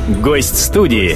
Гость студии.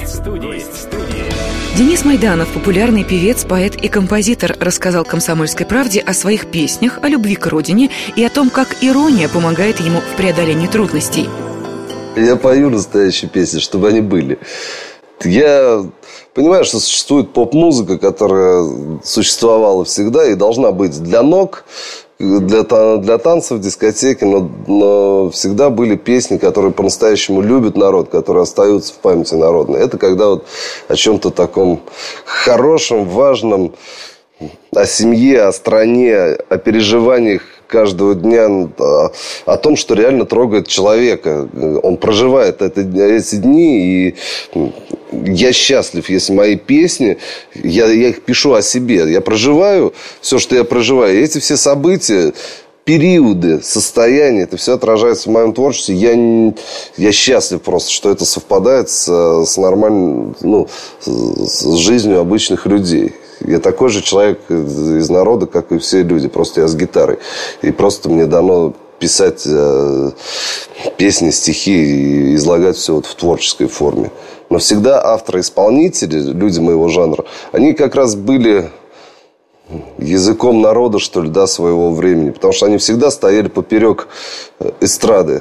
Денис Майданов, популярный певец, поэт и композитор, рассказал «Комсомольской правде» о своих песнях, о любви к родине и о том, как ирония помогает ему в преодолении трудностей. Я пою настоящие песни, чтобы они были. Я понимаю, что существует поп-музыка, которая существовала всегда и должна быть для ног, для танцев, дискотеки, но всегда были песни, которые по-настоящему любят народ, которые остаются в памяти народной. Это когда вот о чем-то таком хорошем, важном, о семье, о стране, о переживаниях каждого дня, о том, что реально трогает человека. Он проживает эти дни, и я счастлив, если мои песни, я их пишу о себе. Я проживаю все, что я проживаю. И эти все события, периоды, состояния, это все отражается в моем творчестве. Я счастлив просто, что это совпадает с нормальной, с жизнью обычных людей. Я такой же человек из народа, как и все люди. Просто я с гитарой. И просто мне дано писать песни, стихи и излагать все вот в творческой форме. Но всегда авторы-исполнители, люди моего жанра, они как раз были языком народа, что ли, своего времени. Потому что они всегда стояли поперек эстрады.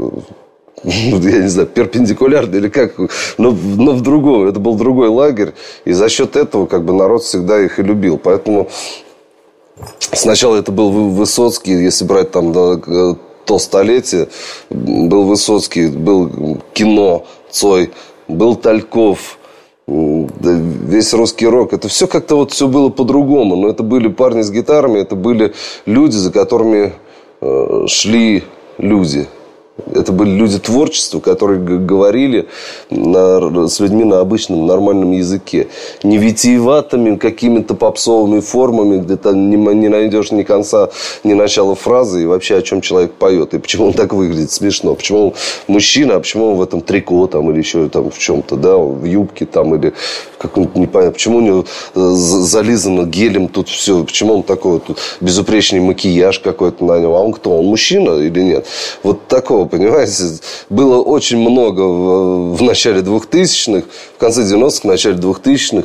Я не знаю, перпендикулярно или как, но в другом. Это был другой лагерь. И за счет этого народ всегда их и любил. Поэтому сначала это был Высоцкий, если брать то столетие, был Высоцкий, был кино, Цой, был Тальков, весь русский рок. Это все как-то все было по-другому. Но это были парни с гитарами, это были люди, за которыми шли люди. Это были люди творчества, которые говорили с людьми на обычном нормальном языке. Не витиеватыми какими-то попсовыми формами, где ты не найдешь ни конца, ни начала фразы, и вообще о чем человек поет. И почему он так выглядит смешно. Почему он мужчина, а почему он в этом трико или еще в чем-то, в юбке или в каком-то непонятно. Почему у него зализано гелем тут все. Почему он такой безупречный макияж какой-то на нем. А он кто? Он мужчина или нет? Вот такого. Понимаете, было очень много в начале 2000-х, в конце 90-х, в начале 2000-х.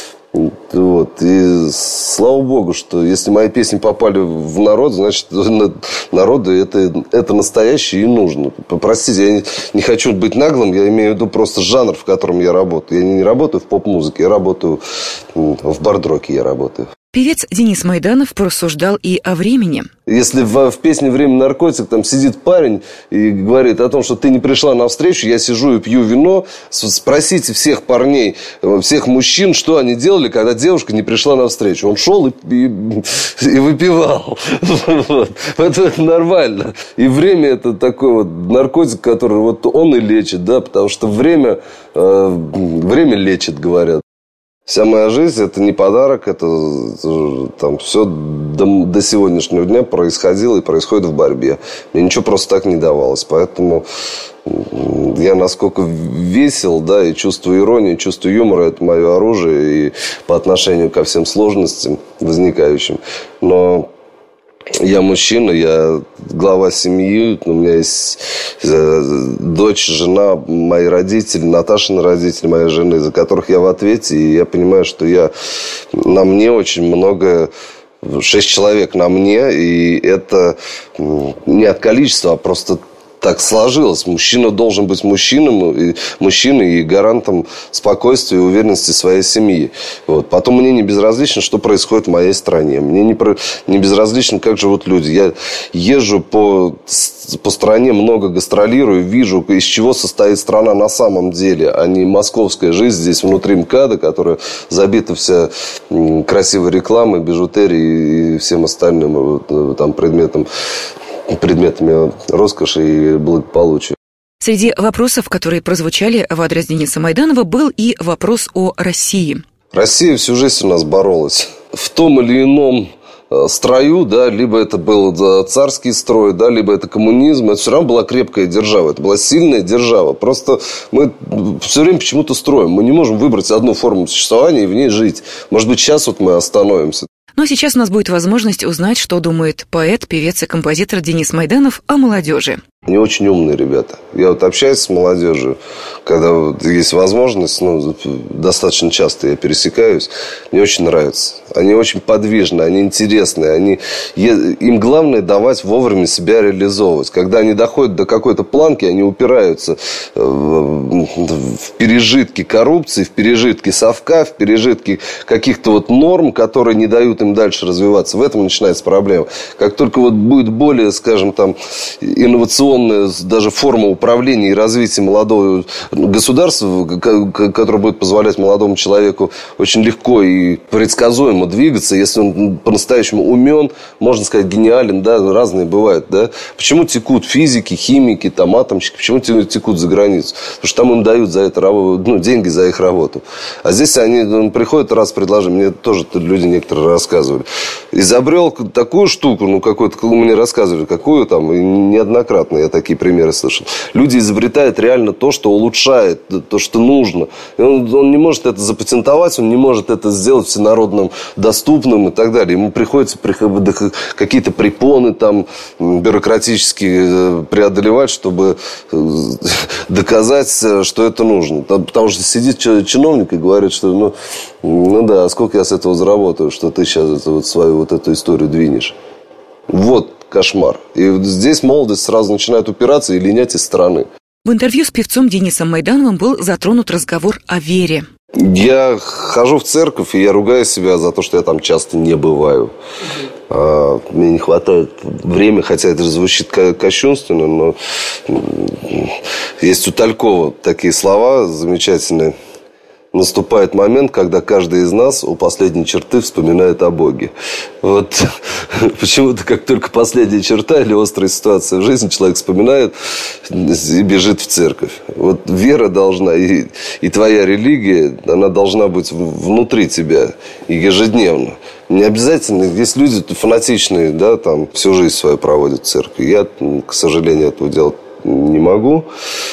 И слава богу, что если мои песни попали в народ, значит, народу это настоящее и нужно. Простите, я не хочу быть наглым, я имею в виду просто жанр, в котором я работаю. Я не работаю в поп-музыке, я работаю в бард-роке, я работаю. Певец Денис Майданов порассуждал и о времени. Если в песне «Время наркотик» сидит парень и говорит о том, что ты не пришла на встречу, я сижу и пью вино, спросите всех парней, всех мужчин, что они делали, когда девушка не пришла на встречу. Он шел и выпивал. Это нормально. И время это такой наркотик, который он и лечит, потому что время лечит, говорят. Вся моя жизнь – это не подарок, это все до сегодняшнего дня происходило и происходит в борьбе. Мне ничего просто так не давалось, поэтому я насколько весел, и чувствую иронию, чувствую юмор – это мое оружие и по отношению ко всем сложностям возникающим. Но я мужчина, я глава семьи, у меня есть дочь, жена, мои родители, Наташины родители, моей жены, за которых я в ответе, и я понимаю, что на мне очень много, 6 человек на мне, и это не от количества, а просто так сложилось. Мужчина должен быть мужчиной и гарантом спокойствия и уверенности своей семьи. Потом мне не безразлично, что происходит в моей стране. Мне не безразлично, как живут люди. Я езжу по стране, много гастролирую, вижу, из чего состоит страна на самом деле, а не московская жизнь здесь внутри МКАДа, которая забита вся красивой рекламой, бижутерией и всем остальным предметами роскоши и благополучия. Среди вопросов, которые прозвучали в адрес Дениса Майданова, был и вопрос о России. Россия всю жизнь у нас боролась. В том или ином строю, либо это был царский строй, либо это коммунизм, это все равно была крепкая держава, это была сильная держава. Просто мы все время почему-то строим. Мы не можем выбрать одну форму существования и в ней жить. Может быть, сейчас мы остановимся. Но сейчас у нас будет возможность узнать, что думает поэт, певец и композитор Денис Майданов о молодежи. Они очень умные ребята. Я вот общаюсь с молодежью, когда вот есть возможность, достаточно часто я пересекаюсь, мне очень нравится. Они очень подвижны, они интересные, им главное давать вовремя себя реализовывать. Когда они доходят до какой-то планки, они упираются в пережитки коррупции, в пережитки совка, в пережитки каких-то вот норм, которые не дают им дальше развиваться. В этом начинается проблема. Как только вот будет более, скажем, там, инновационная даже форма управления и развития молодого государства, которое будет позволять молодому человеку очень легко и предсказуемо двигаться, если он по-настоящему умен, можно сказать, гениален, да, разные бывают, да. Почему текут физики, химики, там, атомщики, почему текут за границу? Потому что там им дают за это деньги за их работу. А здесь они приходят раз предложили, мне тоже люди некоторые рассказывали, изобрел такую штуку, какую-то, мне рассказывали, какую там, и неоднократно я такие примеры слышал. Люди изобретают реально то, что улучшает, то, что нужно. И он не может это запатентовать, он не может это сделать всенародным доступным и так далее. Ему приходится какие-то препоны там бюрократические преодолевать, чтобы доказать, что это нужно. Потому что сидит чиновник и говорит, что да, сколько я с этого заработаю, что ты сейчас свою эту историю двинешь. Вот кошмар. И здесь молодость сразу начинает упираться и линять из страны. В интервью с певцом Денисом Майдановым был затронут разговор о вере. Я хожу в церковь, и я ругаю себя за то, что я там часто не бываю. Мне не хватает времени, хотя это звучит кощунственно, но есть у Талькова такие слова замечательные. Наступает момент, когда каждый из нас у последней черты вспоминает о Боге. Вот почему-то, как только последняя черта или острая ситуация в жизни, человек вспоминает и бежит в церковь. Вот вера должна, и твоя религия, она должна быть внутри тебя и ежедневно. Не обязательно, есть люди фанатичные, да, там всю жизнь свою проводят в церкви. Я, к сожалению, этого делать не могу.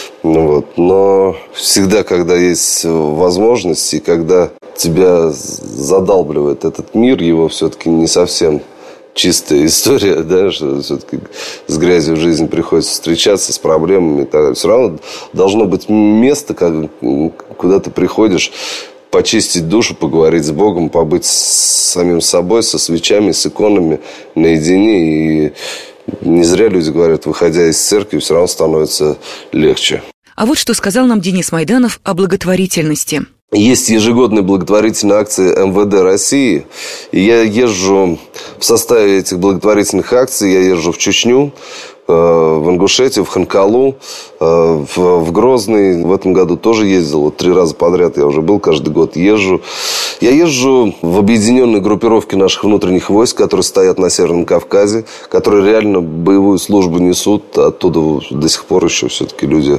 Но всегда, когда есть возможность, и когда тебя задалбливает этот мир, его все-таки не совсем чистая история, да, что все-таки с грязью в жизни приходится встречаться, с проблемами и так далее. Все равно должно быть место, куда ты приходишь, почистить душу, поговорить с Богом, побыть с самим собой, со свечами, с иконами наедине. И не зря люди говорят, выходя из церкви, все равно становится легче. А вот что сказал нам Денис Майданов о благотворительности. Есть ежегодные благотворительные акции МВД России. И я езжу в составе этих благотворительных акций, я езжу в Чечню, в Ингушетию, в Ханкалу, в Грозный. В этом году тоже ездил. 3 раза подряд я уже был, каждый год езжу. Я езжу в объединенные группировки наших внутренних войск, которые стоят на Северном Кавказе, которые реально боевую службу несут. Оттуда до сих пор еще все-таки люди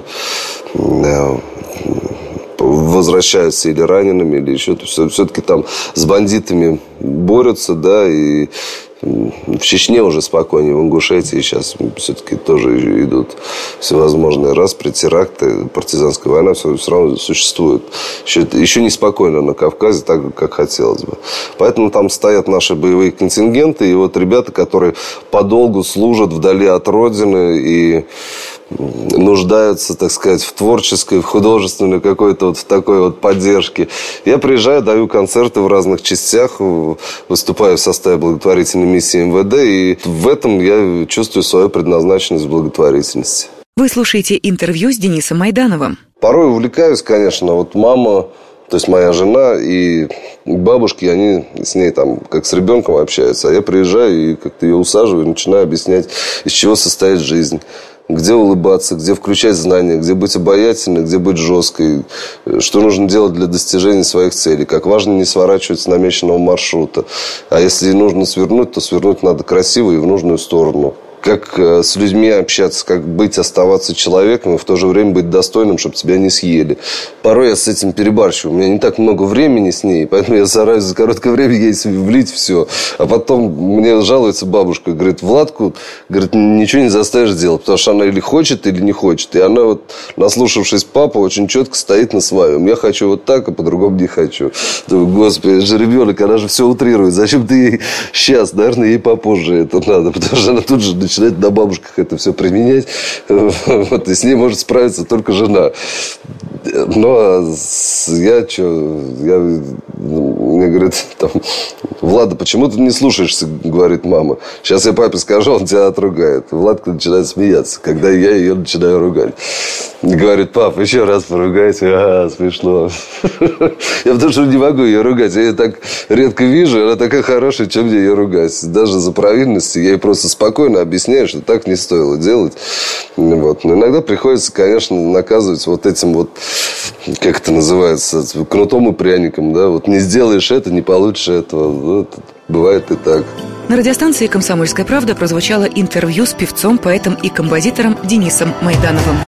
возвращаются или ранеными, или еще. Все-таки там с бандитами борются, да, и в Чечне уже спокойнее, в Ингушетии сейчас все-таки тоже идут всевозможные распри, теракты, партизанская война, все равно существует. Еще не спокойно на Кавказе, так, как хотелось бы. Поэтому там стоят наши боевые контингенты, и вот ребята, которые подолгу служат вдали от родины и нуждаются, так сказать, в творческой, в художественной какой-то в такой поддержке. Я приезжаю, даю концерты в разных частях, выступаю в составе благотворительной миссии МВД, и в этом я чувствую свою предназначенность в благотворительности. Вы слушаете интервью с Денисом Майдановым. Порой увлекаюсь, конечно, мама, то есть моя жена и бабушки, они с ней там как с ребенком общаются, а я приезжаю и как-то ее усаживаю и начинаю объяснять, из чего состоит жизнь. Где улыбаться, где включать знания, где быть обаятельной, где быть жесткой, что нужно делать для достижения своих целей, как важно не сворачивать с намеченного маршрута. А если нужно свернуть, то свернуть надо красиво и в нужную сторону. Как с людьми общаться, как оставаться человеком и в то же время быть достойным, чтобы тебя не съели. Порой я с этим перебарщиваю. У меня не так много времени с ней, поэтому я стараюсь за короткое время ей влить все. А потом мне жалуется бабушка, говорит, Владку, говорит, ничего не заставишь делать, потому что она или хочет, или не хочет. И она наслушавшись папы, очень четко стоит на своем. Я хочу вот так, а по-другому не хочу. Думаю, господи, это же ребенок, она же все утрирует. Зачем ты ей сейчас, наверное, ей попозже это надо, потому что она тут же начинает начинает на бабушках это все применять. Вот, и с ней может справиться только жена. Но мне говорит, там, Влада, почему ты не слушаешься, говорит мама. Сейчас я папе скажу, он тебя отругает. Владка начинает смеяться, когда я ее начинаю ругать. И говорит, пап, еще раз поругайся. Смешно. Я потому что не могу ее ругать. Я ее так редко вижу, она такая хорошая, чем мне ее ругать. Даже за провинности я ей просто спокойно объясняю, что так не стоило делать. Вот. Но иногда приходится, конечно, наказывать вот этим вот, как это называется, кнутом и пряником, да, вот не сделаешь это, не получишь этого, вот, бывает и так. На радиостанции «Комсомольская правда» прозвучало интервью с певцом, поэтом и композитором Денисом Майдановым.